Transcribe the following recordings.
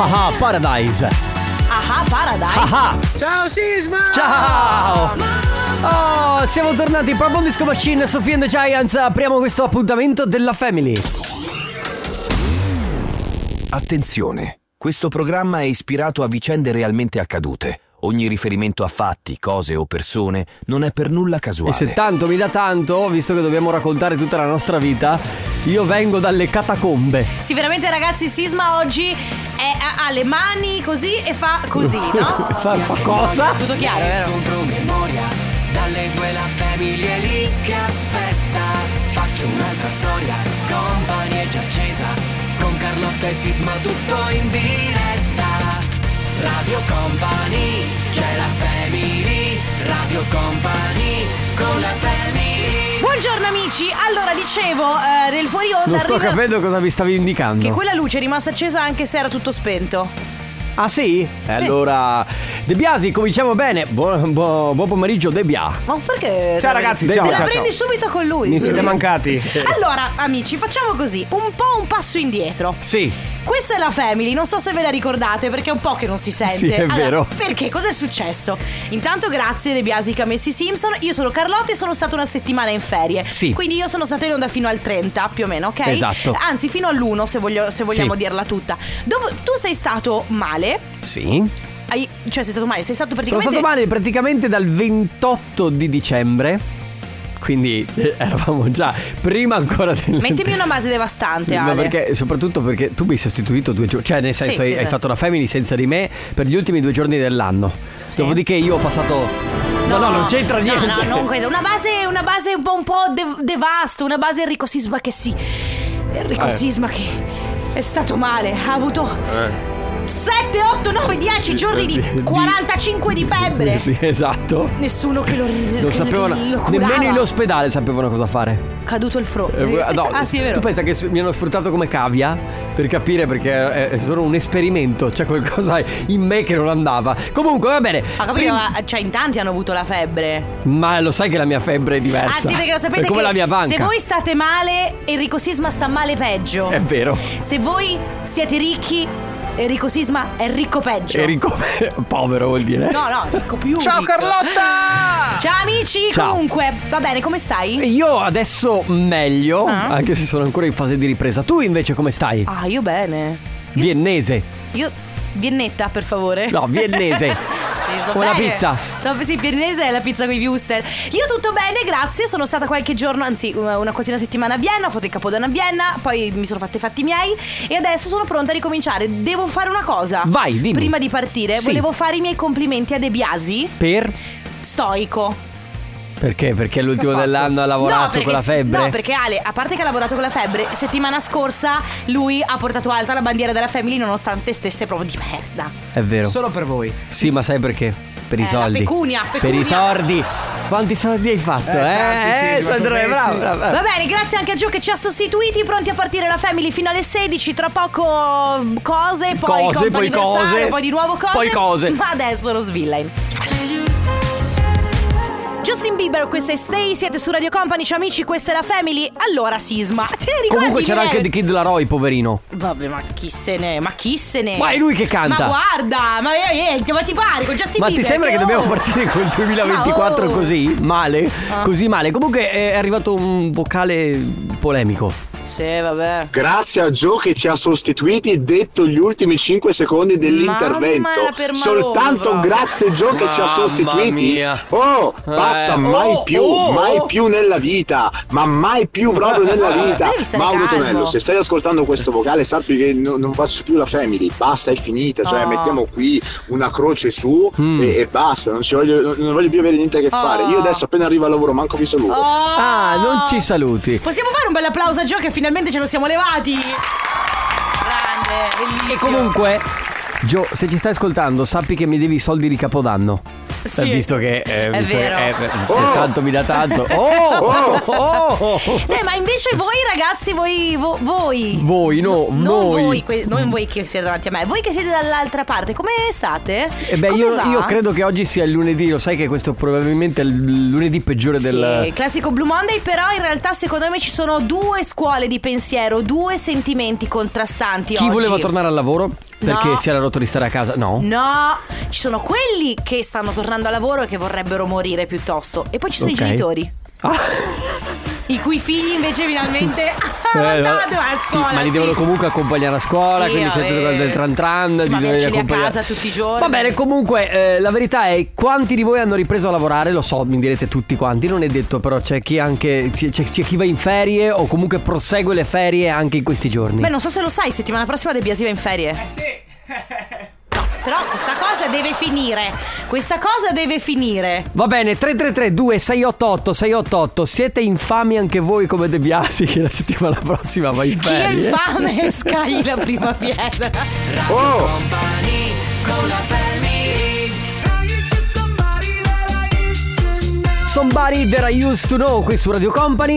Ah, Paradise. Ah, Paradise. Ah. Ciao Sisma. Ciao. Oh, siamo tornati proprio on Disco Machine, Sofia and the Giants. Apriamo questo appuntamento della Family. Attenzione, questo programma è ispirato a vicende realmente accadute. Ogni riferimento a fatti, cose o persone non è per nulla casuale. E se tanto mi dà tanto, visto che dobbiamo raccontare tutta la nostra vita, io vengo dalle catacombe. Sì, veramente ragazzi, Sisma oggi ha le mani così e fa così, no? fa cosa? Tutto chiaro, vero? Memoria, dalle 2 la Family è lì che aspetta. Faccio un'altra storia, Company è già accesa. Con Carlotta e Sisma tutto in diretta. Radio Company, c'è la Family. Radio Company, con la Family. Buongiorno amici, allora dicevo nel fuori onda Non sto capendo cosa mi stavi indicando. che quella luce è rimasta accesa anche se era tutto spento. Ah sì? Allora De Biasi, cominciamo bene. Buon pomeriggio De Bia. Ma perché? Ciao ragazzi, Te ciao. la ciao, prendi ciao. subito con lui. Mi siete mancati. Allora amici, facciamo così, un po' un passo indietro. Sì. Questa è la Family, non so se ve la ricordate perché è un po' che non si sente. Sì, è vero. Perché? Cosa è successo? Intanto grazie De Biasi che ha messo i Simpson. Io sono Carlotta e sono stata una settimana in ferie. Sì. Quindi io sono stata in onda fino al 30 più o meno, ok? Esatto. Anzi fino all'1 se vogliamo Sì. dirla tutta. Dopo, tu sei stato male. Sì. Cioè sei stato male, sei stato Sono praticamente stato male praticamente dal 28 di dicembre. Quindi eravamo già prima ancora del... Mettimi una base devastante, Ale. No, perché soprattutto perché tu mi hai sostituito 2 giorni. Cioè nel senso Sì, hai sì. fatto la Family senza di me per gli ultimi 2 giorni dell'anno. Dopodiché io ho passato... No, non c'entra niente. No, non questo. Una base un po' devasto. Una base Enrico Sisma che sì. Enrico Sisma che è stato male. Ha avuto 7, 8, 9, 10 giorni di 45 di febbre. Sì, esatto. Nessuno che lo sapevano, lo curava. nemmeno in ospedale sapevano cosa fare. Caduto il fronte. No, sì, è vero. Tu pensa che mi hanno sfruttato come cavia per capire, perché è solo un esperimento. C'è qualcosa in me che non andava. Comunque va bene. Ha capito? Cioè in tanti hanno avuto la febbre. Ma lo sai che la mia febbre è diversa. Ah sì, perché lo sapete è come che la mia banca. se voi state male, Enrico Sisma sta male peggio. È vero. Se voi siete ricchi, Enrico Sisma è ricco peggio. Povero vuol dire. No, ricco più. Ciao ricco. Carlotta. Ciao amici, Ciao. comunque, va bene, come stai? Io adesso meglio, anche se sono ancora in fase di ripresa. Tu invece come stai? Ah, io bene. Viennese. Viennetta, per favore. No, viennese. Sì, sto Una bene. pizza. Sì, viennese è la pizza con i wurstel. Io tutto bene, grazie. Sono stata qualche giorno, anzi una quasi una settimana a Vienna. Ho fatto il Capodanno a Vienna. Poi mi sono fatte i fatti miei. E adesso sono pronta a ricominciare. Devo fare una cosa. Vai, dimmi. Prima di partire, Sì. volevo fare i miei complimenti a De Biasi. Per? Stoico. Perché? Perché l'ultimo Che ha fatto? dell'anno ha lavorato perché con la febbre? No, perché Ale, a parte che ha lavorato con la febbre, settimana scorsa lui ha portato alta la bandiera della Family nonostante stesse proprio di merda. È vero. Solo per voi. Sì, ma sai perché? Per i la soldi. pecunia. Per i soldi. Quanti soldi hai fatto? Tanti, sì, Sandro, ma sono bravo. Va bene, grazie anche a Gio che ci ha sostituiti. Pronti a partire la Family fino alle 16. Tra poco cose, poi Cose, poi comp'anniversario, cose, poi di nuovo cose. poi cose. Ma adesso lo Villain. Justin Bieber, questa è Stay, siete su Radio Company, ciao amici, questa è la Family. Allora Sisma, te ne ricordi? Comunque c'era bene? anche The Kid Laroi, poverino. Vabbè, ma chi se ne? Ma è lui che canta. Ma guarda, ma veramente, ma ti pare con Justin Ma Bieber? ti sembra che dobbiamo oh. partire col 2024 Ma oh. così? Male? Così male. Comunque è arrivato un vocale polemico. Sì, vabbè. Grazie a Joe che ci ha sostituiti detto gli ultimi 5 secondi dell'intervento. Mamma, la permalosa. Soltanto grazie Joe che ci ha Mamma sostituiti. mia. Oh, basta, mai più nella vita. Ma mai più proprio nella vita. Devi stare Mauro calmo. Tonello, se stai ascoltando questo vocale sappi che non faccio più la Family. Basta, è finita. Cioè mettiamo qui una croce su e basta. Non voglio più avere niente a che fare. Io adesso appena arrivo al lavoro manco vi saluto. Ah, non ci saluti. Possiamo fare un bel applauso a Gio che finalmente ce lo siamo levati. Grande, bellissimo. E comunque, Gio, se ci stai ascoltando, sappi che mi devi i soldi di Capodanno. Sì, visto che è vero. tanto mi dà tanto. Sì, ma invece voi ragazzi, voi non voi che siete davanti a me, voi che siete dall'altra parte, come state? Come io credo che oggi sia il lunedì. Lo sai che questo probabilmente è il lunedì peggiore del... Sì, classico Blue Monday. Però in realtà secondo me ci sono due scuole di pensiero, due sentimenti contrastanti. Chi oggi voleva tornare al lavoro perché No. si era rotto di stare a casa? No, ci sono quelli che stanno tornando al lavoro e che vorrebbero morire piuttosto. E poi ci sono i genitori i cui figli invece finalmente andate a scuola. Sì, ma li devono comunque accompagnare a scuola, Sì, quindi c'è tutto quel del tran tran, sì, ma di doverli averceli a accompagnare casa tutti i giorni. Va bene, comunque la verità è, quanti di voi hanno ripreso a lavorare? Lo so, mi direte tutti quanti, non è detto, però c'è chi chi va in ferie o comunque prosegue le ferie anche in questi giorni. Beh, non so se lo sai, settimana prossima De Biasi va in ferie. Sì. Però questa cosa deve finire. Va bene, 333-2688-688. Siete infami anche voi come De Biasi, che la settimana prossima va in Chi ferie? è infame scagli la prima pietra. Company con la family. Somebody That I Used To Know qui su Radio Company.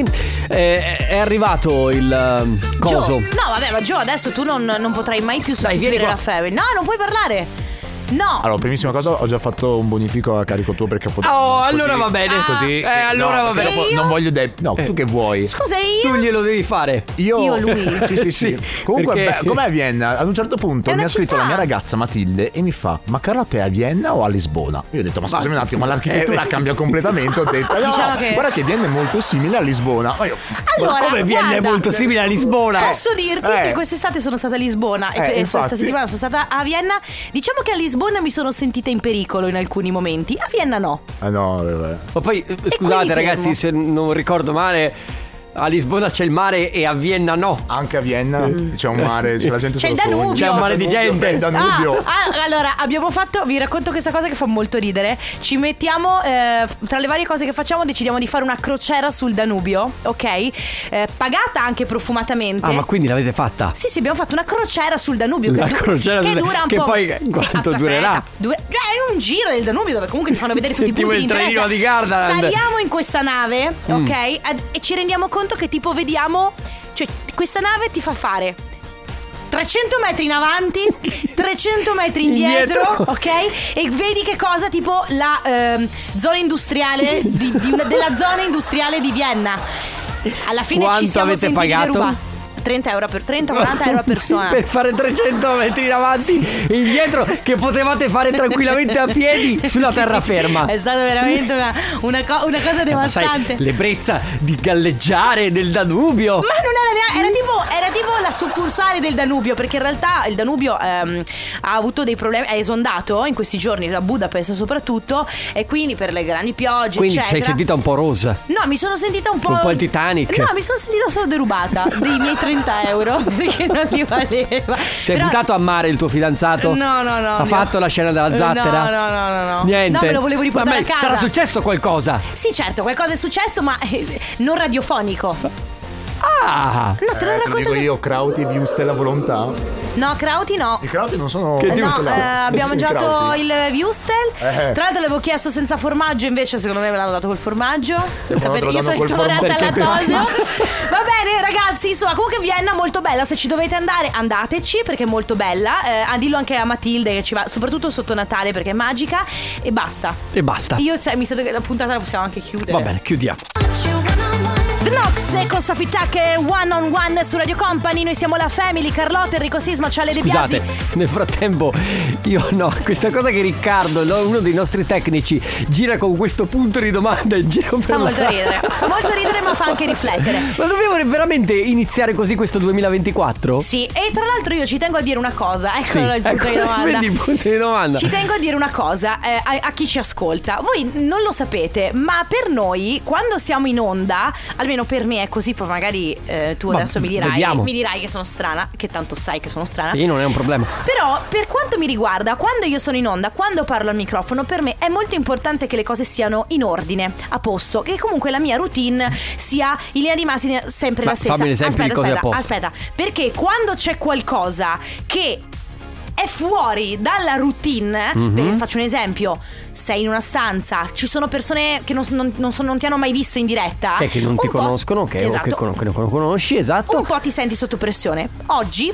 È arrivato il coso. Gio. No, vabbè, ma Gio, adesso tu non potrai mai più sostituire vieni qua. la family. No, non puoi parlare. No. Allora, primissima cosa, ho già fatto un bonifico a carico tuo per Capodanno. Oh, allora va bene. Così allora va bene. Io? Non voglio no, tu che vuoi? Scusa, Tu glielo devi fare. Io lui. Sì. Sì, Comunque, perché- com'è a Vienna? Ad un certo punto È mi una ha scritto città. la mia ragazza Matilde e mi fa: ma Carlotta è a Vienna o a Lisbona? Io ho detto: ma scusami un attimo, ma l'architettura cambia completamente. Ho detto: no, Diciamo che- guarda che Vienna è molto simile a Lisbona. Ma io, Allora, come Vienna è guarda, molto simile a Lisbona. Posso dirti che quest'estate sono stata a Lisbona e infatti. questa settimana sono stata a Vienna. Diciamo che a Lisbona mi sono sentita in pericolo in alcuni momenti. A Vienna no. ah no, vabbè. Ma poi scusate quindi ragazzi, fermo. se non ricordo male, a Lisbona c'è il mare e a Vienna no. Anche a Vienna c'è un mare, c'è la gente C'è il solo sogna. Danubio. C'è un mare di gente. Il Danubio. Allora abbiamo fatto, vi racconto questa cosa che fa molto ridere. Ci mettiamo tra le varie cose che facciamo, decidiamo di fare una crociera sul Danubio, ok? Pagata anche profumatamente. Ah, ma quindi l'avete fatta? Sì, abbiamo fatto una crociera sul Danubio Una crociera che sul- dura un che po'. poi quanto durerà? È un giro del Danubio dove comunque ti fanno vedere tutti i Tipo punti di il trenino interesse. di Gardaland. Saliamo in questa nave, ok? E ci rendiamo conto che tipo vediamo, cioè questa nave ti fa fare 300 metri in avanti, 300 metri indietro, ok? E vedi che cosa? Tipo la zona industriale della zona industriale di Vienna. Alla fine Quanto ci siamo avete sentiti pagato? derubati. 30-40 euro a persona. Per fare 300 metri in avanti e indietro, che potevate fare tranquillamente a piedi sulla terraferma. È stata veramente una cosa Ma sai, devastante. l'ebbrezza di galleggiare nel Danubio. Ma non era tipo la succursale del Danubio, perché in realtà il Danubio ha avuto dei problemi, è esondato in questi giorni da Budapest soprattutto, e quindi per le grandi piogge Quindi eccetera. sei sentita un po' rosa. No, mi sono sentita un po' il Titanic. No, mi sono sentita solo derubata dei miei 30 euro perché non li valeva. Sei buttato a mare il tuo fidanzato? No. Ha fatto la scena della zattera? No. Niente. No, me lo volevo riportare Vabbè, a casa. sarà successo qualcosa? Sì, certo, qualcosa è successo, ma non radiofonico. Ah! No, te lo Te lo racconto dico io, Krauti, Viustel la volontà. No, Krauti no. I Krauti non sono. Abbiamo mangiato il Wustel. Eh. Tra l'altro l'avevo chiesto senza formaggio, invece secondo me me l'hanno dato col formaggio. te lo Io sono danno col intollerante al formaggio. lattosio. Va bene ragazzi, insomma, comunque Vienna molto bella. Se ci dovete andare, andateci perché è molto bella. Dillo anche a Matilde che ci va, soprattutto sotto Natale perché è magica. E basta. E basta. Io mi sa che la puntata la possiamo anche chiudere. Va bene, chiudiamo. The Nox con Sophie Tucker, One on One su Radio Company. Noi siamo la Family, Carlotta, Enrico Sisma, Ciale De Biasi. Scusate, nel frattempo questa cosa che Riccardo, uno dei nostri tecnici, gira con questo punto di domanda in giro per Fa la molto ridere. Fa molto ridere, ma fa anche riflettere. Ma dobbiamo veramente iniziare così questo 2024? Sì, e tra l'altro io ci tengo a dire una cosa. Eccolo il punto di domanda. Vedi il punto di domanda. Ci tengo a dire una cosa a chi ci ascolta. Voi non lo sapete, ma per noi, quando siamo in onda, almeno per me è così, poi magari tu Ma adesso mi vediamo. dirai che sono strana, che tanto sai che sono strana. Sì, non è un problema. Però per quanto mi riguarda, quando io sono in onda, quando parlo al microfono, per me è molto importante che le cose siano in ordine, a posto, che comunque la mia routine sia in linea di massima sempre Ma la stessa. fammi un esempio di cose a posto. Aspetta, perché quando c'è qualcosa che è fuori dalla routine, perché faccio un esempio, sei in una stanza, ci sono persone che non ti hanno mai visto in diretta, che non ti conoscono, o che non conosci, esatto. Un po' ti senti sotto pressione. Oggi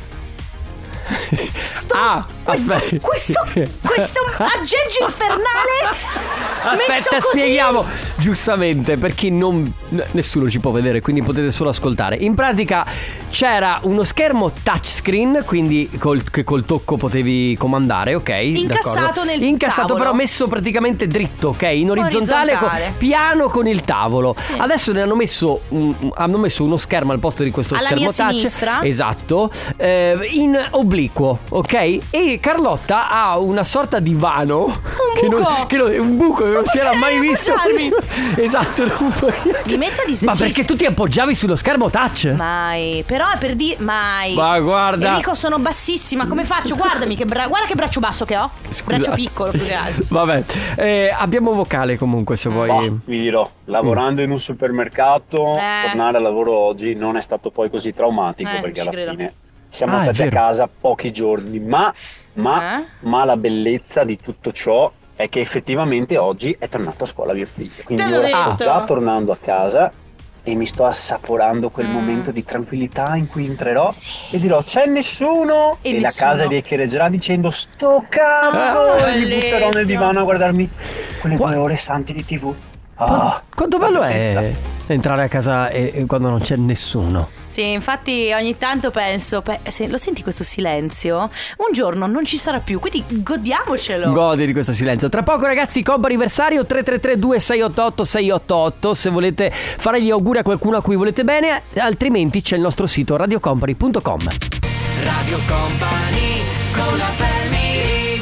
questo aggeggio infernale. Aspetta, spieghiamo giustamente, perché nessuno ci può vedere, quindi potete solo ascoltare. In pratica c'era uno schermo touchscreen, quindi che col tocco potevi comandare, ok? Incassato nel Incassato tavolo. però messo praticamente dritto, ok? In orizzontale. Piano con il tavolo. Sì. Adesso ne hanno messo uno schermo al posto di questo alla schermo mia touch. sinistra. Esatto. In obliquo, ok? E Carlotta ha una sorta di vano. Un buco che non si era mai visto. Esatto. Mi metta di Ma perché tu ti appoggiavi sullo schermo touch? Mai. Però è per dire. Mai. Ma guarda. Enrico, sono bassissima. Come faccio? Guardami guarda che braccio basso che ho. Scusate. Braccio piccolo più che altro. Vabbè. Abbiamo vocale comunque, se vuoi. Vi dirò, lavorando in un supermercato, tornare al lavoro oggi non è stato poi così traumatico, perché alla fine siamo stati a casa pochi giorni, ma la bellezza di tutto ciò è che effettivamente oggi è tornato a scuola mio figlio, quindi ora sto già tornando a casa e mi sto assaporando quel momento di tranquillità in cui entrerò e dirò c'è nessuno e la casa riecheggerà dicendo sto cazzo e mi butterò nel divano a guardarmi quelle 2 ore santi di TV. Quanto bello è entrare a casa quando non c'è nessuno. Sì, infatti ogni tanto penso, lo senti questo silenzio? Un giorno non ci sarà più, quindi godiamocelo. Godi di questo silenzio. Tra poco ragazzi, combo anniversario 333-2688-688. Se volete fare gli auguri a qualcuno a cui volete bene, altrimenti c'è il nostro sito radiocompany.com. Radio Company con la family.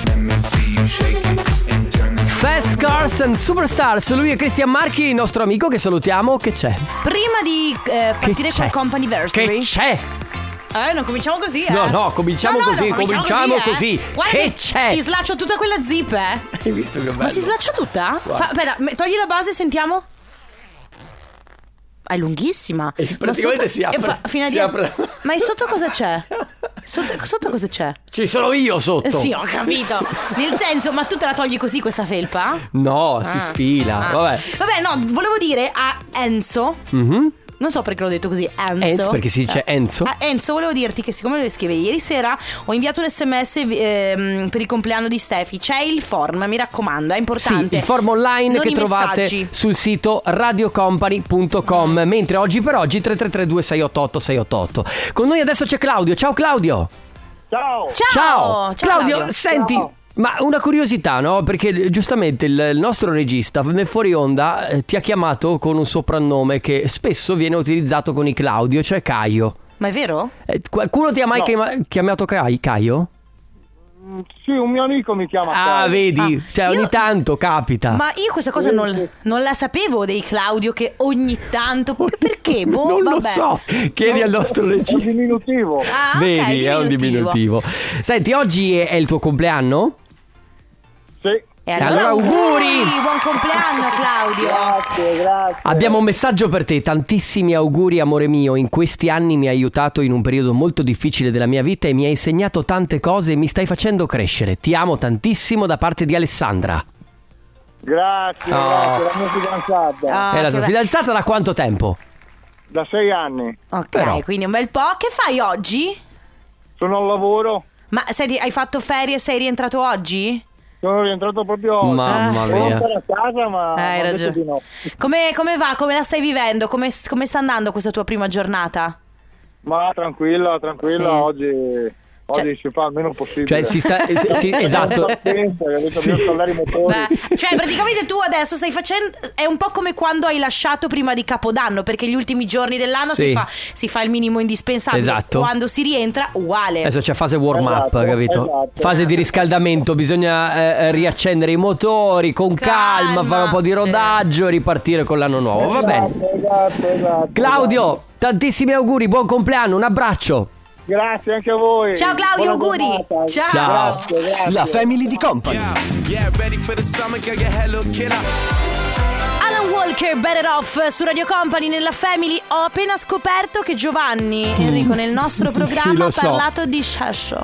Fast Cars and Superstars. Lui è Cristian Marchi, il nostro amico che salutiamo. Che c'è? Prima di partire col Companiversary. Che c'è? Non cominciamo così, No, cominciamo così. Guarda che c'è? Ti slaccio tutta quella zip, Hai visto che bello? Ma si slaccia tutta? Aspetta, togli la base, sentiamo. È lunghissima. Praticamente si apre. Ma sotto cosa c'è? Sotto cosa c'è? Ci sono io sotto. Sì, ho capito. Nel senso, ma tu te la togli così questa felpa? No, si sfila. Vabbè, no, volevo dire a Enzo. Non so perché l'ho detto così, Enzo. Perché si dice Enzo. Enzo, volevo dirti che siccome lo scrive ieri sera, ho inviato un SMS per il compleanno di Stefi. C'è il form, mi raccomando, è importante. Sì, il form online non che trovate sul sito radiocompany.com. Mentre oggi per oggi 333-2688-688. Con noi adesso c'è Claudio. Ciao Claudio. Ciao Claudio, senti. Ciao. Ma una curiosità, no? Perché giustamente il nostro regista nel fuori onda ti ha chiamato con un soprannome che spesso viene utilizzato con i Claudio, cioè Caio. Ma è vero? Qualcuno ti ha mai chiamato Caio? Sì, un mio amico mi chiama Caio. Vedi, cioè ogni tanto capita. Ma io questa cosa non la sapevo dei Claudio, che ogni tanto. Perché? Non lo so. Chiedi al nostro regista. È un diminutivo. Vedi, okay, è un diminutivo. Senti, oggi è il tuo compleanno? Sì. E allora auguri! Buon compleanno Claudio. Grazie. Abbiamo un messaggio per te. Tantissimi auguri amore mio. In questi anni mi hai aiutato in un periodo molto difficile della mia vita e mi hai insegnato tante cose e mi stai facendo crescere. Ti amo tantissimo, da parte di Alessandra. Grazie, la mia fidanzata. È la tua fidanzata da quanto tempo? Da 6 anni. Ok, quindi un bel po'. Che fai oggi? Sono al lavoro. Ma hai fatto ferie e sei rientrato oggi? Sono rientrato proprio oggi. Mamma mia. Volevo stare a casa, ma hai ragione. di no. Come va? Come la stai vivendo? Come sta andando questa tua prima giornata? Ma tranquilla, Sì. oggi si fa il meno possibile. Cioè si sta esatto. Dobbiamo scaldare i motori. Cioè praticamente tu adesso stai facendo, è un po' come quando hai lasciato prima di Capodanno, perché gli ultimi giorni dell'anno si fa il minimo indispensabile. Esatto. Quando si rientra uguale. Adesso c'è fase warm up, capito? Esatto. Fase di riscaldamento, bisogna riaccendere i motori con calma, fare un po' di rodaggio e ripartire con l'anno nuovo. Va bene. Esatto. Claudio, tantissimi auguri, buon compleanno, un abbraccio. Grazie anche a voi. Ciao Claudio, Buona auguri. giornata. Ciao. Grazie. La family di Company. Alan Walker, Better Off su Radio Company nella Family. Ho appena scoperto che Giovanni Enrico nel nostro programma ha parlato di Shasho.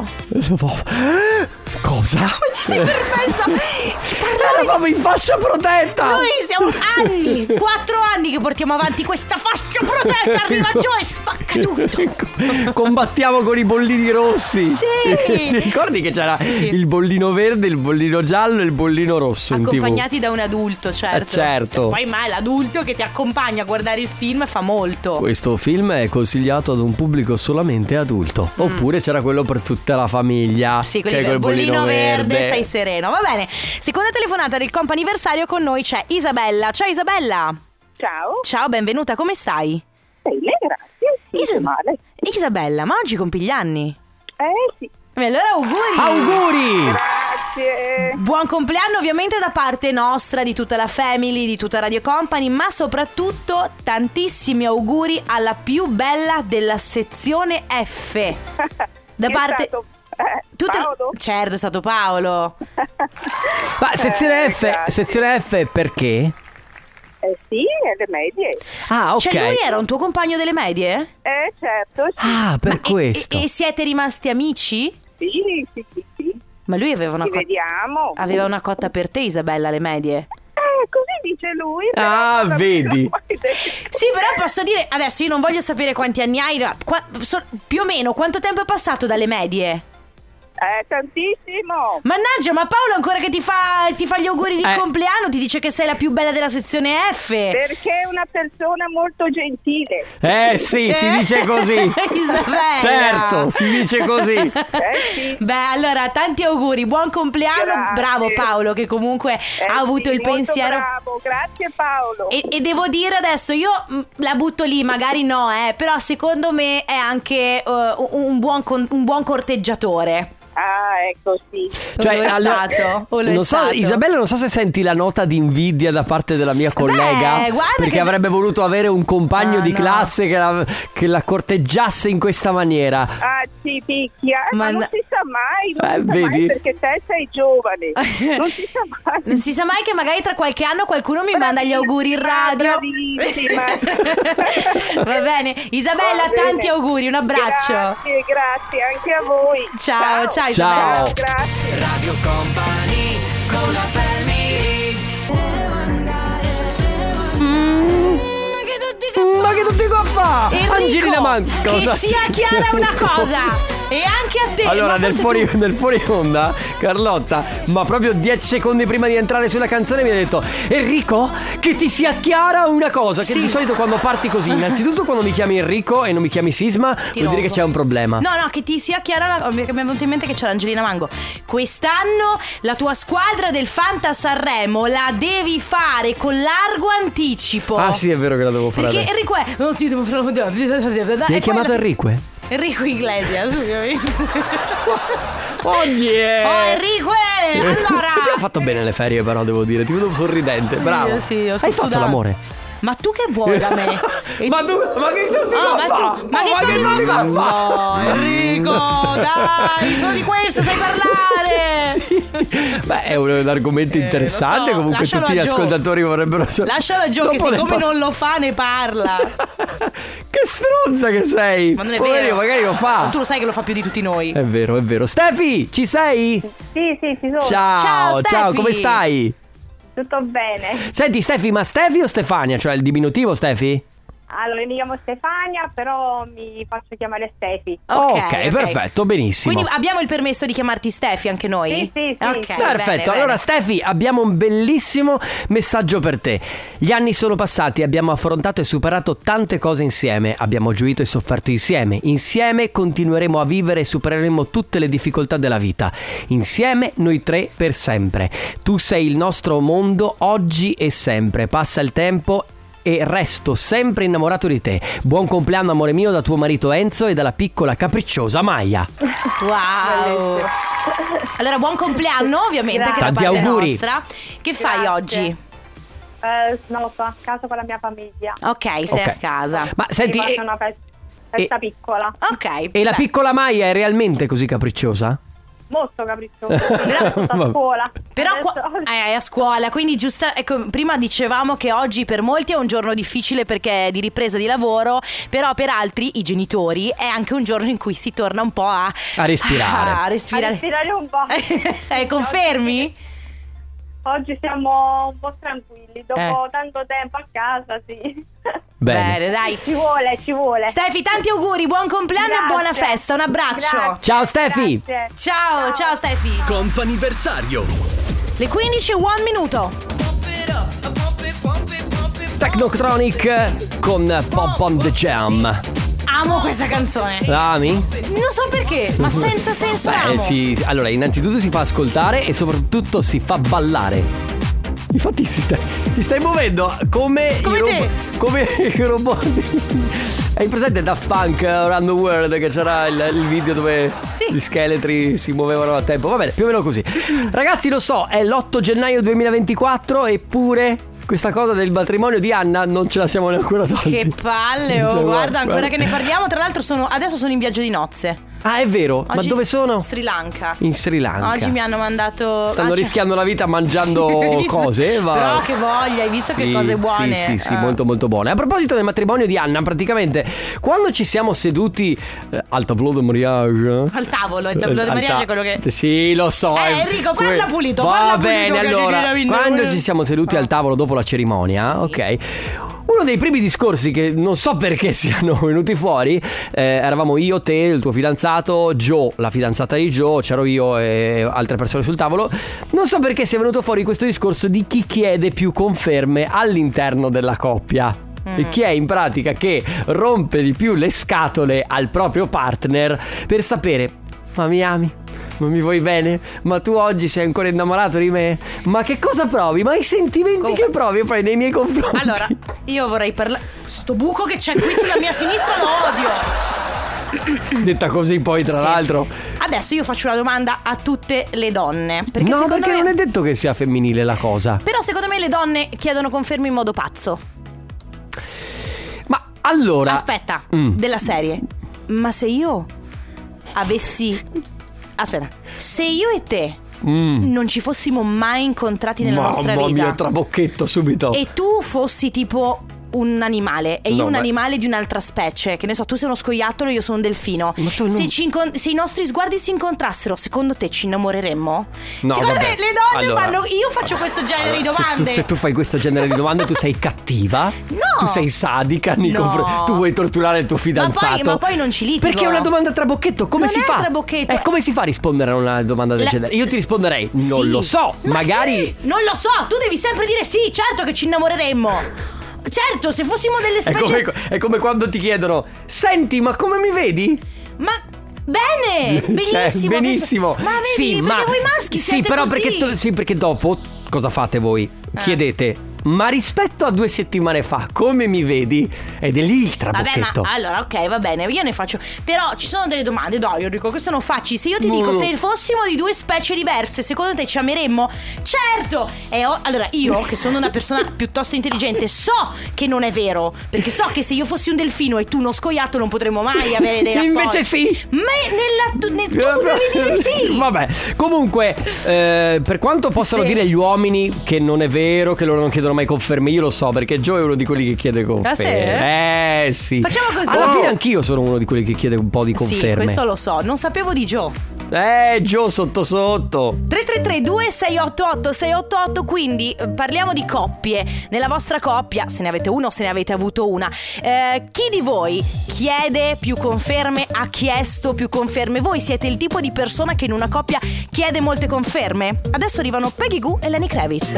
Cosa? Come ti sei permessa di parlare? Eravamo in fascia protetta. Noi siamo 4 anni che portiamo avanti questa fascia protetta. Arriva giù e spacca tutto. Combattiamo con i bollini rossi. Sì. Ti ricordi che c'era il bollino verde, il bollino giallo e il bollino rosso accompagnati da un adulto, certo. Certo. Poi mai l'adulto che ti accompagna a guardare il film fa molto. Questo film è consigliato ad un pubblico solamente adulto. Oppure c'era quello per tutta la famiglia. Sì, quelli del bollino verde. Stai sereno. Va bene. Seconda telefonata del comp'anniversario, con noi c'è Isabella. Ciao Isabella. Ciao. Ciao, benvenuta, come stai? Bene, grazie. Male. Isabella, ma oggi compi gli anni? Sì. Allora auguri. Auguri. Grazie. Buon compleanno ovviamente da parte nostra, di tutta la Family, di tutta Radio Company, ma soprattutto tantissimi auguri alla più bella della sezione F. Da parte Paolo? Certo, è stato Paolo. Ma sezione F perché? Sì, le medie. Ah, ok. Cioè lui era un tuo compagno delle medie? Certo, sì. Ah, per questo. E siete rimasti amici? Sì. Ma lui aveva vediamo. Aveva una cotta per te, Isabella, alle medie? Così dice lui. Ah, vedi. Sì, però posso dire, adesso io non voglio sapere quanti anni hai, più o meno quanto tempo è passato dalle medie? Tantissimo. Mannaggia, ma Paolo ancora che ti fa gli auguri di compleanno, ti dice che sei la più bella della sezione F. Perché è una persona molto gentile. Sì, si dice così. Isabella. Certo, si dice così. Sì. Beh, allora tanti auguri, buon compleanno. Grazie. Bravo Paolo, che comunque ha avuto il pensiero. Bravo, grazie Paolo. E devo dire adesso, io la butto lì, magari no, però secondo me è anche un buon corteggiatore. Ecco, sì. Cioè, non so, Isabella, non so se senti la nota di invidia da parte della mia collega, perché avrebbe voluto avere un compagno di classe che la corteggiasse in questa maniera. Sì, picchia, ma non si sa mai, vedi? Perché te sei giovane. Non si sa mai. Non si sa mai che magari tra qualche anno qualcuno mi manda gli auguri in radio. Va bene, Isabella, tanti auguri, un abbraccio. Grazie anche a voi. Ciao. Isabella. Ciao. Grazie. Radio Company con la Family. Ma che tutti qua fa? Enrico, Angelina Manca, che sia chiara una cosa. E anche a te. Allora, nel fuori onda, Carlotta, ma proprio 10 secondi prima di entrare sulla canzone, mi ha detto: Enrico, che ti sia chiara una cosa. Che di solito quando parti così, innanzitutto quando mi chiami Enrico e non mi chiami Sisma, vuol dire che c'è un problema. No, che ti sia chiara. Mi è venuto in mente che c'è l'Angelina Mango. Quest'anno la tua squadra del Fanta Sanremo la devi fare con largo anticipo. Ah, sì, è vero che la devo fare. Perché Enrico è. Non si devo fare. Mi hai chiamato Enrico? Enrico Iglesias, ovviamente. Oggi è. Enrico allora. Ti ha fatto bene le ferie, però, devo dire. Ti vedo sorridente, bravo. Sì, hai fatto l'amore? Ma tu che vuoi da me? Ma che tutti fa? Ma che tutti fa? No, Enrico, dai, solo di questo sai parlare. Sì. Beh, è un argomento interessante. So, comunque tutti gli ascoltatori vorrebbero sapere. Lasciala Gio, che siccome non lo fa ne parla. Che stronza che sei. Ma non è vero, magari lo fa. Tu lo sai che lo fa più di tutti noi. È vero. Stefi, ci sei? Sì, ci sono. Ciao, come stai? Tutto bene. Senti Stefi, ma Stefi o Stefania? Cioè il diminutivo Stefi? Allora, mi chiamo Stefania, però mi faccio chiamare Stefi. Ok, perfetto, benissimo. Quindi abbiamo il permesso di chiamarti Stefi anche noi? Sì. Ok, perfetto. Bene. Allora Stefi, abbiamo un bellissimo messaggio per te. Gli anni sono passati, abbiamo affrontato e superato tante cose insieme. Abbiamo gioito e sofferto insieme. Insieme continueremo a vivere e supereremo tutte le difficoltà della vita. Insieme noi tre per sempre. Tu sei il nostro mondo oggi e sempre. Passa il tempo e resto sempre innamorato di te. Buon compleanno, amore mio, da tuo marito Enzo e dalla piccola capricciosa Maya. Wow. Allora, buon compleanno, ovviamente. Grazie. Tanti auguri. Nostra. Che fai oggi? No, sto a casa con la mia famiglia. Ok, sei a casa. Ma senti, è una festa piccola. Ok. E la piccola Maya è realmente così capricciosa? molto capriccioso. A scuola. Però è a scuola, quindi giusto. Ecco, prima dicevamo che oggi per molti è un giorno difficile perché è di ripresa di lavoro, però per altri, i genitori, è anche un giorno in cui si torna un po' a respirare. A respirare un po'. Confermi? Oggi siamo un po' tranquilli, dopo tanto tempo a casa, sì. Bene, dai. Ci vuole. Stefi, tanti auguri, buon compleanno e buona festa. Un abbraccio. Grazie. Ciao Stefi. Ciao Stefi. Comp'anniversario. Le 15 e 1 minuto. Technotronic con Pop on the Jam. Amo questa canzone. La ami? Non so perché, ma senza senso amo. Sì. Allora, innanzitutto si fa ascoltare e soprattutto si fa ballare. Infatti ti stai muovendo come te. Come i robot. Hai presente Daft Punk Around the World, che c'era il video dove gli scheletri si muovevano a tempo? Va bene, più o meno così. Ragazzi, lo so, è l'8 gennaio 2024, eppure questa cosa del matrimonio di Anna non ce la siamo ancora tolti. Che palle, guarda, ancora che ne parliamo. Tra l'altro adesso sono in viaggio di nozze. Ah, è vero? Oggi ma dove sono? Sri Lanka. In Sri Lanka. Oggi mi hanno mandato. Stanno rischiando la vita mangiando cose. Però che voglia, hai visto che cose buone. Sì, molto molto buone. A proposito del matrimonio di Anna, praticamente quando ci siamo seduti al tableau de mariage. Al tavolo, il tableau de mariage è quello che. Sì, lo so. Enrico, parla pulito. Va bene, allora, quando ci siamo seduti al tavolo dopo la cerimonia, ok. Uno dei primi discorsi che non so perché siano venuti fuori, eravamo io, te, il tuo fidanzato, Joe, la fidanzata di Joe, c'ero io e altre persone sul tavolo. Non so perché sia venuto fuori questo discorso di chi chiede più conferme all'interno della coppia. E chi è in pratica che rompe di più le scatole al proprio partner per sapere: ma mi ami? Ma mi vuoi bene? Ma tu oggi sei ancora innamorato di me? Ma che cosa provi? Ma i sentimenti che provi nei miei confronti? Allora, io vorrei parlare. Sto buco che c'è qui sulla mia sinistra lo odio. Detta così poi tra l'altro. Adesso io faccio una domanda a tutte le donne. Perché non è detto che sia femminile la cosa. Però secondo me le donne chiedono conferme in modo pazzo. Ma allora aspetta, della serie. Ma se io avessi... Aspetta, se io e te non ci fossimo mai incontrati nella nostra vita, mamma mia, trabocchetto subito, e tu fossi tipo un animale e io un animale di un'altra specie, che ne so, tu sei uno scoiattolo e io sono un delfino, se i nostri sguardi si incontrassero, secondo te ci innamoreremmo? No, secondo me le donne fanno. Io faccio questo genere di domande. Se tu fai questo genere di domande tu sei cattiva. No, tu sei sadica tu vuoi torturare il tuo fidanzato. Ma poi non ci litigo. Perché è una domanda a trabocchetto. Come si fa? Come si fa a rispondere a una domanda del genere? Io ti risponderei non lo so. Magari non lo so. Tu devi sempre dire sì, certo che ci innamoreremmo. Certo, se fossimo delle specie. È come quando ti chiedono: senti, ma come mi vedi? Ma bene, benissimo. Benissimo. Ma vedi, perché voi maschi siete però così. perché dopo cosa fate voi? Chiedete: ma rispetto a 2 settimane fa, come mi vedi? Ed è lì il trabocchetto. Vabbè, ma allora, ok, va bene, io ne faccio. Però ci sono delle domande, dai Enrico, che sono facili. Se io ti dico, se fossimo di 2 specie diverse, secondo te ci ameremmo? Certo! Allora, io, che sono una persona piuttosto intelligente, so che non è vero. Perché so che se io fossi un delfino e tu uno scoiattolo non potremmo mai avere dei rapporti. Invece sì! Ma tu devi dire sì! Vabbè, comunque, per quanto possano dire gli uomini che non è vero, che loro non chiedono mai conferme, io lo so, perché Joe è uno di quelli che chiede conferme. Sì. Facciamo così. Alla fine anch'io sono uno di quelli che chiede un po' di conferme. Sì, questo lo so. Non sapevo di Joe. Joe sotto. 333-2688-688. Quindi parliamo di coppie. Nella vostra coppia, se ne avete una o se ne avete avuto una, chi di voi chiede più conferme? Ha chiesto più conferme? Voi siete il tipo di persona che in una coppia chiede molte conferme? Adesso arrivano Peggy Goo e Lenny Kravitz.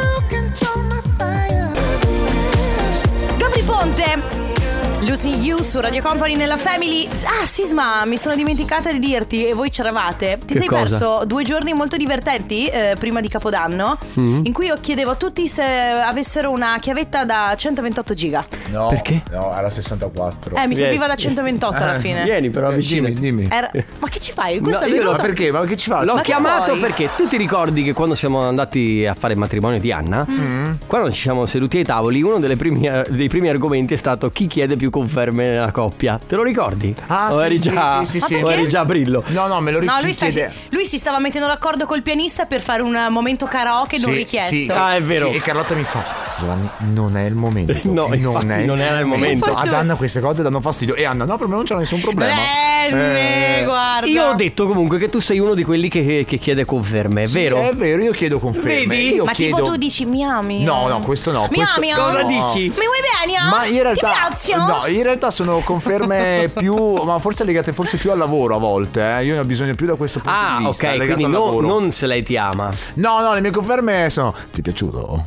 Gabri Ponte, Losing You su Radio Company nella Family. Ah, Sisma, mi sono dimenticata di dirti, e voi c'eravate. Ti sei perso 2 giorni molto divertenti prima di Capodanno, in cui io chiedevo a tutti se avessero una chiavetta da 128 giga. No, perché? No, era 64. Mi serviva da 128 alla fine. Vieni però vicino. Dimmi. Ma che ci fai? Questo io no, perché? Ma che ci fai? L'ho chiamato perché tu ti ricordi che quando siamo andati a fare il matrimonio di Anna, quando ci siamo seduti ai tavoli, uno dei primi argomenti è stato: chi chiede più più conferme nella coppia? Te lo ricordi? Ah, o sì, eri già, sì. o eri già Brillo? No, me lo No, richiede. lui si stava mettendo d'accordo col pianista per fare un momento karaoke non richiesto. Sì. Ah, è vero. Sì, e Carlotta mi fa: Giovanni, non è il momento. No, infatti non era il momento. Ad Anna queste cose danno fastidio. E Anna, no, per me non c'è nessun problema. Guarda. Io ho detto comunque che tu sei uno di quelli che chiede conferme, è vero? È vero, io chiedo conferme. Vedi? Io Ma chiedo... tipo tu dici mi ami? No, questo no. Mi ami? Cosa dici? Mi vuoi bene? Ma in realtà, Ti piaccio? no, in realtà sono conferme più, ma forse legate più al lavoro a volte. Io ne ho bisogno più da questo punto di vista. Ok, quindi non se lei ti ama. No, le mie conferme sono: ti è piaciuto?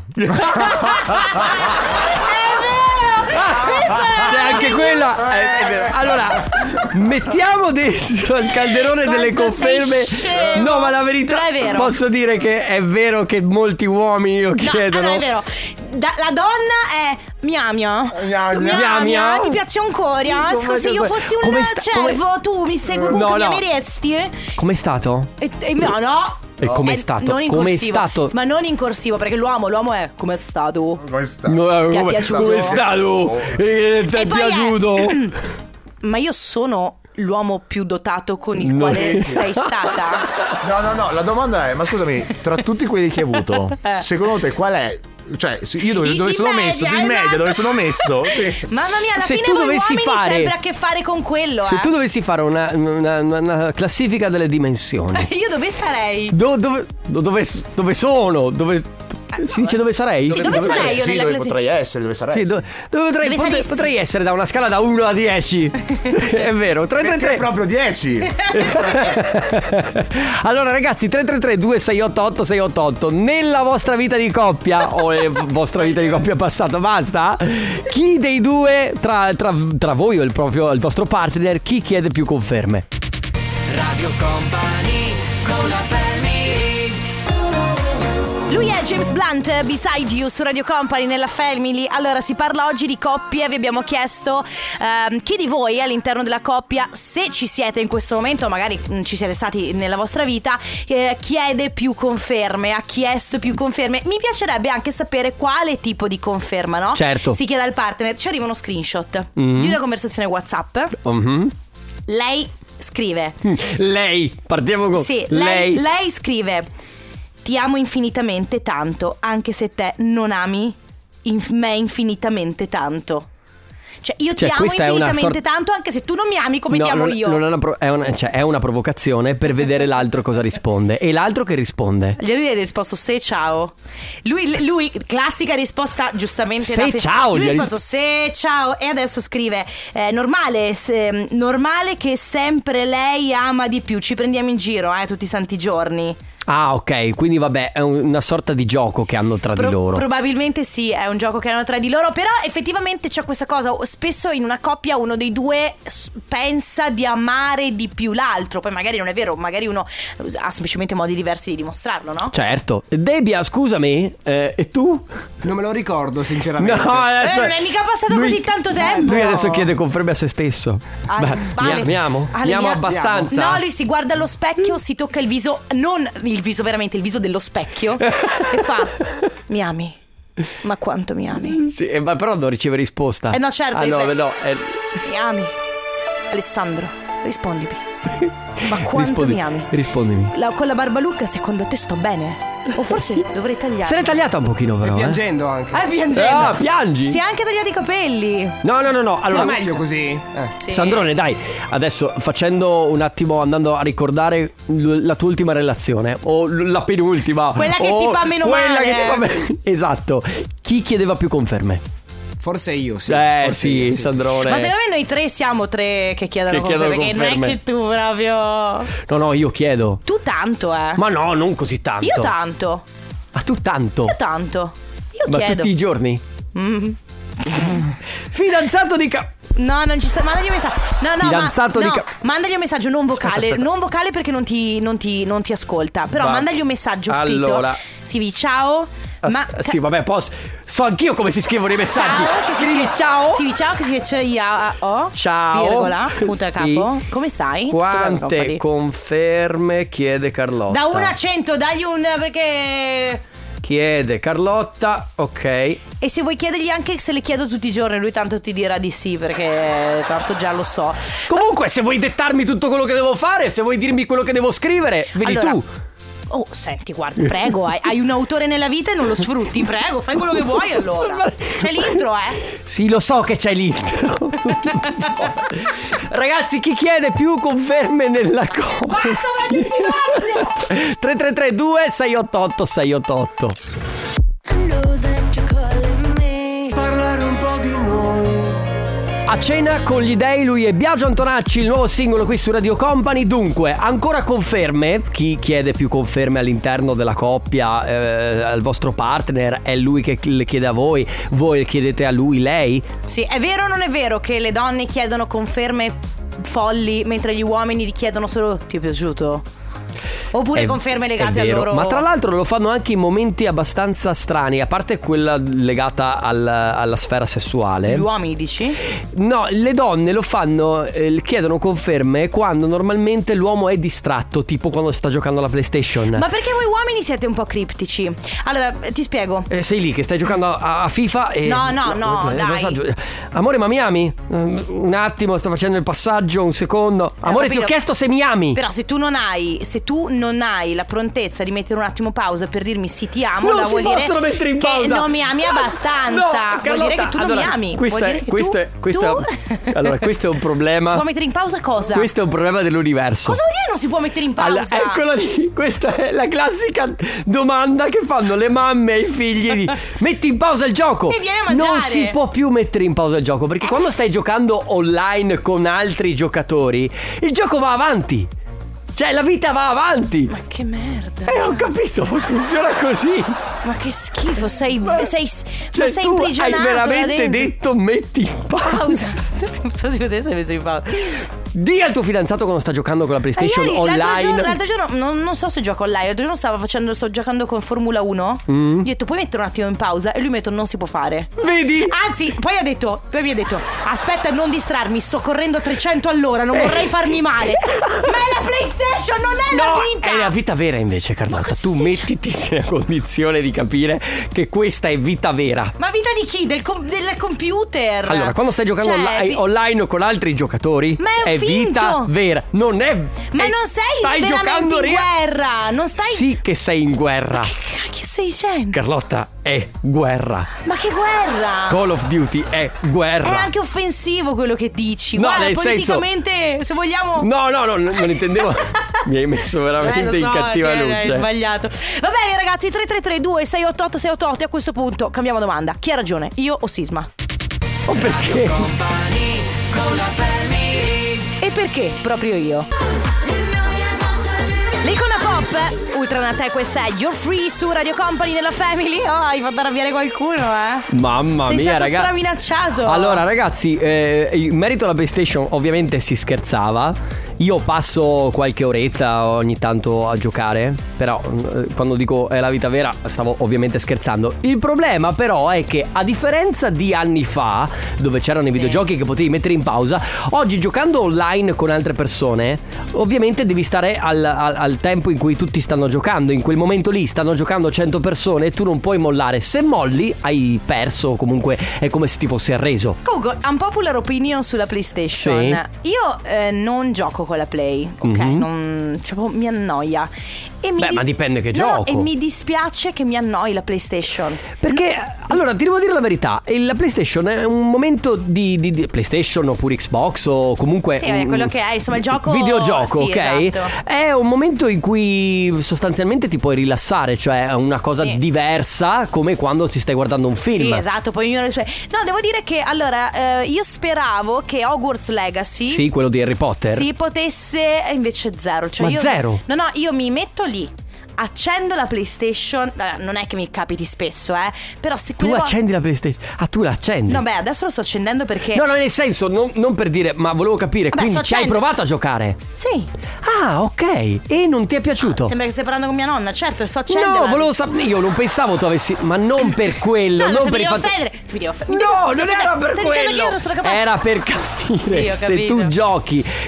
Anche quella è vero. Allora, mettiamo dentro il calderone delle conferme. No, ma la verità però è vero. posso dire che è vero che molti uomini lo chiedono. No, è vero. La donna è mi ami? Ti piace ancora? Se io fossi un cervo, tu mi segui comunque, mi ameresti? Com'è stato? No. E com'è stato? Non in Com'è corsivo. stato? Ma non in corsivo, perché l'uomo è com'è stato? No, Ti è piaciuto? Com'è stato? Ti è piaciuto? Ma io sono l'uomo più dotato con il quale sei stata? No, la domanda è: ma scusami, tra tutti quelli che hai avuto, secondo te qual è? Cioè, io dove sono messo? Di media, dove sono messo? Sì. Mamma mia, alla Se fine tu voi dovessi uomini fare- sempre a che fare con quello. Se tu dovessi fare una classifica delle dimensioni, Io dove sarei? dove sono? Si dice dove sarei? Dove sarei io nella dove classifica? potrei essere, dove sarei? Sì, Dove saresti? potrei essere da una scala da 1 a 10. È vero. 333 proprio 10. Allora ragazzi, 333 2688 688. Nella vostra vita di coppia o vostra vita di coppia passata, basta? Chi dei due tra voi o il vostro partner, chi chiede più conferme? Radio Company con la family. Lui è James Blunt, Beside You su Radio Company nella Family. Allora, si parla oggi di coppie. Vi abbiamo chiesto chi di voi all'interno della coppia, se ci siete in questo momento, magari ci siete stati nella vostra vita, chiede più conferme, ha chiesto più conferme. Mi piacerebbe anche sapere quale tipo di conferma, no? Certo. Si chiede al partner. Ci arriva uno screenshot di una conversazione WhatsApp. Lei scrive. Lei, partiamo con Sì, lei scrive: ti amo infinitamente tanto, anche se te non ami me infinitamente tanto. Cioè io ti amo infinitamente tanto, anche se tu non mi ami come ti amo io. È una provocazione per vedere l'altro cosa risponde. E l'altro che risponde? Lui ha risposto se ciao. Lui classica risposta giustamente se ciao. Lui ha risposto se ciao. E adesso scrive normale che sempre lei ama di più. Ci prendiamo in giro tutti i santi giorni. Ah, ok, quindi vabbè, è una sorta di gioco che hanno tra di loro. Probabilmente sì, è un gioco che hanno tra di loro. Però effettivamente c'è questa cosa. Spesso in una coppia uno dei due pensa di amare di più l'altro. Poi magari non è vero, magari uno ha semplicemente modi diversi di dimostrarlo, no? Certo. Debbia, scusami, e tu? Non me lo ricordo sinceramente. No, adesso non è mica passato così tanto tempo. Lui adesso chiede conferme a se stesso. Mi amo abbastanza. No, lui si guarda allo specchio, si tocca il viso, non il viso veramente, il viso dello specchio, e fa: mi ami? Ma quanto mi ami? Sì, ma però non riceve risposta. No, certo. Mi ami? Alessandro, rispondimi. Ma quanto mi ami? Rispondimi. Con la barbalucca secondo te sto bene? O forse dovrei tagliare? Se l'è tagliata un pochino però. Piangendo anche. Piangendo. Ah, piangi? Si è anche tagliati i capelli. No. Allora, ma meglio così. Sì. Sandrone, dai, adesso facendo un attimo, andando a ricordare la tua ultima relazione o la penultima, quella che ti fa meno quella male. che ti fa esatto. Chi chiedeva più conferme? Forse io, sì. Forse io, sì, Sandrone. Ma secondo me noi tre siamo tre che chiedono conferme. Perché non è che tu proprio. No, io chiedo. Tu tanto, Ma no, non così tanto. Io tanto. Ma tu tanto? Io tanto. Io ma chiedo. Tutti i giorni? Fidanzato di No, non ci sta. Mandagli un messaggio. No, fidanzato mandagli un messaggio non vocale. Aspetta. Non vocale perché non ti ascolta. Però mandagli un messaggio scritto. Allora. Scrivi ciao. Sì, vabbè, so anch'io come si scrivono i messaggi. Scrivi ciao. Scrivi ciao che si dice ciao. Virgola, punto a capo. Sì. Come stai? Quante conferme chiede Carlotta? Da 1 a 100, dagli un perché chiede Carlotta, ok. E se vuoi chiedergli anche se le chiedo tutti i giorni, lui tanto ti dirà di sì, perché tanto già lo so. Comunque, se vuoi dettarmi tutto quello che devo fare, se vuoi dirmi quello che devo scrivere, vedi allora, tu. Oh, senti, guarda, prego, hai un autore nella vita e non lo sfrutti, prego, fai quello che vuoi allora. C'è l'intro, Sì, lo so che c'è l'intro. Ragazzi, chi chiede più conferme nella cosa? Basta, vai tutti pazzi! 3332 688 688. Parlare un po' di noi. A cena con gli dei, lui è Biagio Antonacci, il nuovo singolo qui su Radio Company. Dunque, ancora conferme? Chi chiede più conferme all'interno della coppia, al vostro partner? È lui che le chiede a voi? Voi le chiedete a lui, lei? Sì, è vero o non è vero che le donne chiedono conferme folli mentre gli uomini gli chiedono solo ti è piaciuto? Oppure conferme legate a loro. Ma tra l'altro lo fanno anche in momenti abbastanza strani, a parte quella legata alla sfera sessuale. Gli uomini dici? No, le donne lo fanno, chiedono conferme quando normalmente l'uomo è distratto, tipo quando sta giocando alla PlayStation. Ma perché voi uomini siete un po' criptici? Allora, ti spiego. Sei lì che stai giocando a FIFA e... No, dai. Passaggio. Amore, ma mi ami? Un attimo, sto facendo il passaggio, un secondo. Amore, ti ho chiesto se mi ami. Però se tu non hai la prontezza di mettere un attimo pausa per dirmi sì ti amo, non vuol si possono mettere in pausa. Che non mi ami abbastanza. No, vuol dire che tu non mi ami. Allora, questo è un problema. Si può mettere in pausa cosa? Questo è un problema dell'universo. Cosa vuol dire non si può mettere in pausa? Eccola lì, questa è la classica domanda che fanno le mamme ai figli. Metti in pausa il gioco. E vieni a mangiare. Non si può più mettere in pausa il gioco, perché quando stai giocando online con altri giocatori, il gioco va avanti. Cioè la vita va avanti. Ma che merda. Ho capito, funziona così. Ma che schifo, sei cioè, sei tu imprigionato. Hai veramente detto metti in pausa. Non so se potete mettere in pausa. Dì al tuo fidanzato quando sta giocando con la PlayStation online. L'altro giorno non so se gioco online. L'altro giorno sto giocando con Formula 1. Gli ho detto puoi mettere un attimo in pausa. E lui mi ha detto non si può fare. Vedi? Anzi poi mi ha detto aspetta non distrarmi, sto correndo 300 all'ora, non vorrei farmi male. Ma è la PlayStation, non è la vita. È la vita vera invece, Carlotta. Tu mettiti nella condizione di capire che questa è vita vera. Ma vita di chi? Del computer. Allora, quando stai giocando online con altri giocatori, ma è vita vera. Non è. Ma non stai giocando in guerra. Non stai. Sì che sei in guerra. Ma che cacchio stai dicendo? Carlotta, è guerra. Ma che guerra? Call of Duty è guerra. È anche offensivo quello che dici. No, guarda, nel politicamente senso... se vogliamo. No, non intendevo. Mi hai messo veramente in cattiva luce. Hai sbagliato. Va bene ragazzi, 3332 688 688. E a questo punto cambiamo domanda. Chi ha ragione, io o Sisma? O perché? E perché proprio io? L'icona pop Ultranate, questa è You're Free su Radio Company nella Family. Oh, hai fatto arrabbiare qualcuno, Mamma Sei mia, stato ragazzi. straminacciato. Allora, ragazzi, in merito alla PlayStation, ovviamente si scherzava. Io passo qualche oretta ogni tanto a giocare. Però quando dico è la vita vera, stavo ovviamente scherzando. Il problema però è che a differenza di anni fa, dove c'erano i videogiochi che potevi mettere in pausa, oggi giocando online con altre persone, ovviamente devi stare al tempo in cui tutti stanno giocando. In quel momento lì stanno giocando 100 persone e tu non puoi mollare. Se molli hai perso, comunque è come se ti fossi arreso. Comunque, unpopular opinion sulla PlayStation. Sì. Io non gioco con la Play, ok? Mi annoia. Ma dipende che gioco. E mi dispiace che mi annoi la PlayStation. Perché, allora, ti devo dire la verità, la PlayStation è un momento di PlayStation oppure Xbox o comunque sì, quello che è, insomma, il gioco videogioco, sì, ok? Esatto. È un momento in cui sostanzialmente ti puoi rilassare, cioè è una cosa diversa, come quando ti stai guardando un film. Sì, esatto, poi ognuno ha le sue. No, devo dire che, allora, io speravo che Hogwarts Legacy, sì, quello di Harry Potter, sì, potesse, invece zero. Cioè, zero? No, io mi metto lì, accendo la PlayStation. Non è che mi capiti spesso, però se tu accendi la PlayStation. Ah, tu la accendi? No, beh, adesso lo sto accendendo perché no, nel senso, non per dire, ma volevo capire. Quindi ci hai provato a giocare? Sì. Ah, ok. E non ti è piaciuto? Sembra che stai parlando con mia nonna. Certo, sto accendendo. No, volevo sapere. Io non pensavo tu avessi. Ma non per quello. No, non per il fatto. No, non era per quello. Che io non sono capace. Era per capire sì, se tu giochi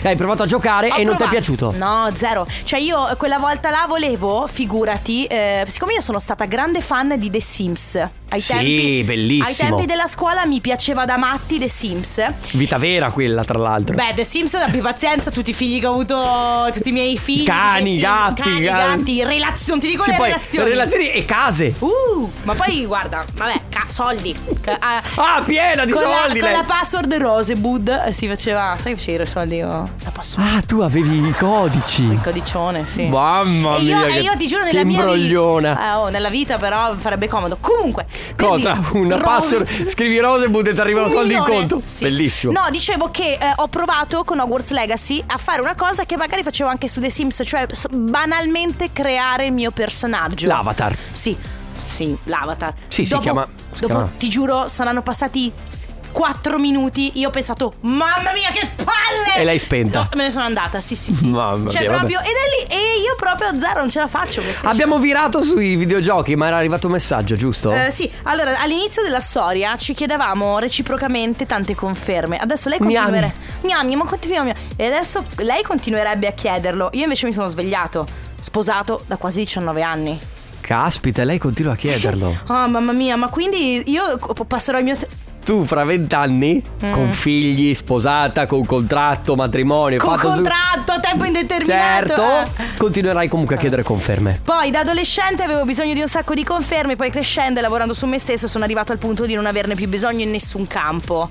Hai provato a giocare e non ti è piaciuto? No, zero. Cioè io quella volta là volevo, figurati, siccome io sono stata grande fan di The Sims. Sì, bellissimo. Ai tempi della scuola mi piaceva da matti The Sims. Vita vera quella, tra l'altro. Beh, The Sims, abbi pazienza, tutti i figli che ho avuto, tutti i miei figli. Gatti, relazioni, ti dico le relazioni. Relazioni e case. Ma poi guarda, vabbè, soldi. Piena di soldi. Con la password Rosebud si faceva, sai che c'era i soldi la password. Tu avevi i codici. Il codicione, sì. Mamma mia. E io ti giuro, nella mia vita, nella vita però farebbe comodo. Comunque, cosa? Una password, scrivi Rosebud e ti arrivano soldi in conto. Sì. Bellissimo. No, dicevo che ho provato con Hogwarts Legacy a fare una cosa che magari facevo anche su The Sims, cioè banalmente creare il mio personaggio. L'avatar. Sì, l'avatar. Sì, si chiama. Ti giuro, saranno passati 4 minuti. Io ho pensato, mamma mia, che palle! E l'hai spenta. No, me ne sono andata, sì. Mamma cioè mia, proprio, ed è lì, e io proprio a zero non ce la faccio. Abbiamo virato sui videogiochi, ma era arrivato un messaggio, giusto? Sì, allora all'inizio della storia ci chiedevamo reciprocamente tante conferme. Adesso lei continuerebbe. E adesso lei continuerebbe a chiederlo. Io invece mi sono svegliato, sposato da quasi 19 anni. Caspita, lei continua a chiederlo. Oh mamma mia, ma quindi io passerò il mio tu fra 20 anni con figli, sposata, con contratto, matrimonio, con contratto a tempo indeterminato, certo, continuerai comunque a chiedere conferme. Poi da adolescente avevo bisogno di un sacco di conferme. Poi crescendo e lavorando su me stesso sono arrivato al punto di non averne più bisogno in nessun campo.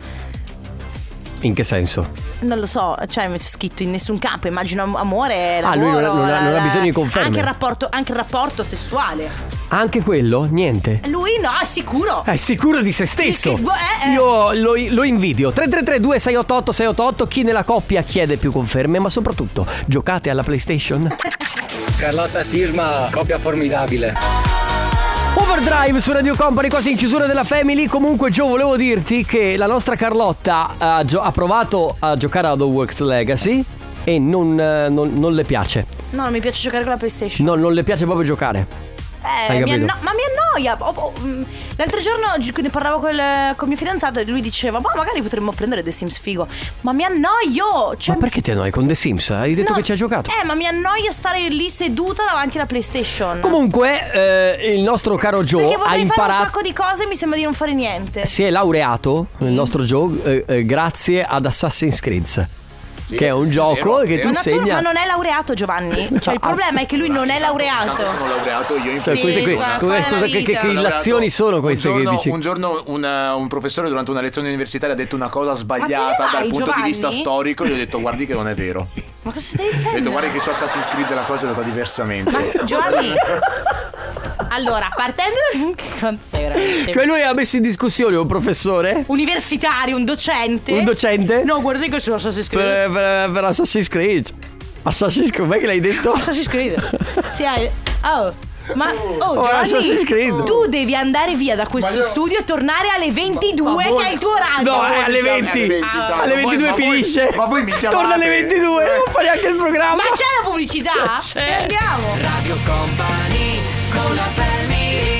In che senso? Non lo so, cioè mi c'è scritto in nessun campo. Immagino amore, lavoro, lui non ha bisogno di conferme. Anche il rapporto sessuale. Anche quello? Niente? Lui no, è sicuro. È sicuro di se stesso. Io lo invidio. 333-2688-688. Chi nella coppia chiede più conferme? Ma soprattutto, giocate alla PlayStation? Carlotta Sisma, coppia formidabile. Overdrive su Radio Company, quasi in chiusura della Family. Comunque, Gio, volevo dirti che la nostra Carlotta ha provato a giocare ad Hogwarts Legacy e non le piace. No, non mi piace giocare con la PlayStation. No, non le piace proprio giocare. Ma mi annoia. L'altro giorno ne parlavo con mio fidanzato e lui diceva, ma magari potremmo prendere The Sims figo. Ma mi annoio, ma perché ti annoi con The Sims? Hai detto che ci hai giocato. Ma mi annoia stare lì seduta davanti alla PlayStation. Comunque il nostro caro Joe perché ha imparato fare un sacco di cose e mi sembra di non fare niente. Si è laureato il nostro Joe grazie ad Assassin's Creed, che è un gioco che ti insegna. Ma non è laureato, Giovanni. Cioè il problema è che lui non è laureato. Sono laureato io in che illazioni sono queste che dici? Un giorno un professore durante una lezione universitaria ha detto una cosa sbagliata dal punto di vista storico. Io ho detto guardi che non è vero. Ma cosa stai dicendo? Ho detto guardi che su Assassin's Creed la cosa è andata diversamente. Ma Giovanni, allora, partendo sei veramente... Cioè lui ha messo in discussione un professore universitario, un docente. Un docente? No, guardi che su Assassin's Creed per Assassin's Creed. Com'è che l'hai detto? Assassin's Creed. Sì, Giovanni, tu devi andare via da questo studio e tornare alle 22 che è il tuo orario. No, alle 20. Alle 22 finisce. Ma voi mi chiamate. Torna alle 22, non fai neanche il programma. Ma c'è la pubblicità? Andiamo. Radio Company con la Family.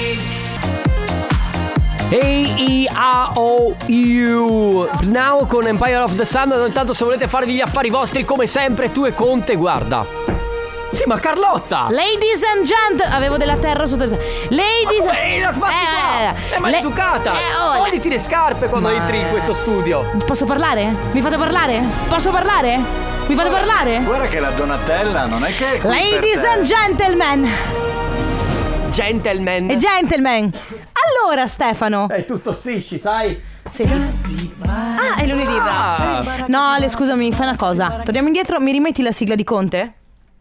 A-E-I-A-O-U Now con Empire of the Sun. Intanto se volete fare gli affari vostri come sempre tu e Conte, guarda. Sì, ma Carlotta! Ladies and gentlemen, avevo della terra sotto le ladies. La sbatti qua! È maleducata! Togliti le scarpe quando entri in questo studio. Posso parlare? Mi fate parlare? Posso parlare? Mi fate parlare? Guarda che la Donatella non è che ladies and gentlemen. Gentleman. E gentleman. Allora Stefano, tu tossisci, sai? Sì. È lunedì, bravo. No, scusami, fai una cosa. Torniamo indietro, mi rimetti la sigla di Conte?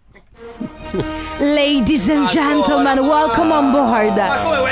Ladies and gentlemen, welcome on board.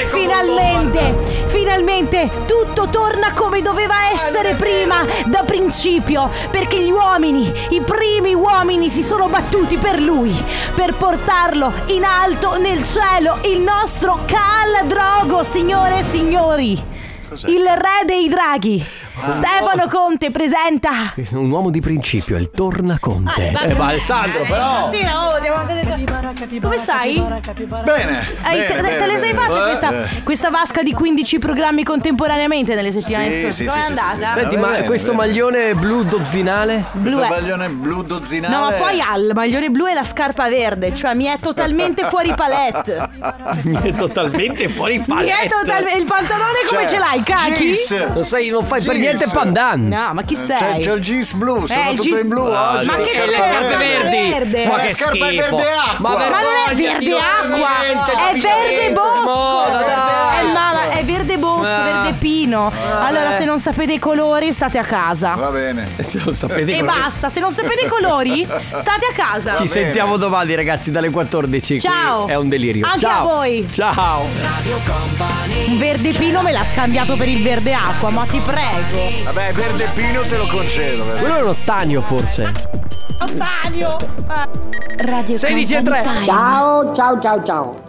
Finalmente tutto torna come doveva essere prima, da principio, perché gli uomini, i primi uomini si sono battuti per lui, per portarlo in alto nel cielo, il nostro Khal Drogo, signore e signori. Cos'è? Il re dei draghi. Stefano Conte presenta un uomo di principio, il tornaconte. Ma Alessandro però. Sì, devo anche detto. Come stai? Bene. Te le sei fatte questa vasca di 15 programmi contemporaneamente nelle settimane scorse? Come è andata? Senti, ma questo maglione blu dozzinale? Questo maglione blu dozzinale. No, ma poi ha il maglione blu e la scarpa verde, cioè mi è totalmente fuori palette. Mi è totalmente fuori palette. Il pantalone come ce l'hai, Kaki? Non fai per niente pandan. No, ma chi sei? C'è il jeans blu, sono tutto in blu oggi. Ma che scarpe verdi? Ma che scarpa è verde acqua? Ma non è verde acqua, è verde bosco. È verde bosco, verde pino. Allora, se non sapete i colori, state a casa. Va bene. Se non sapete e basta, se non sapete i colori, state a casa. Ci sentiamo domani, ragazzi, dalle 14. Ciao. È un delirio. Anche a voi. Ciao. Un verde pino me l'ha scambiato per il verde acqua, ma ti prego. Vabbè, verde pino te lo concedo. Quello è l'ottanio, forse. Ottanio. Radio 16:03. Ciao.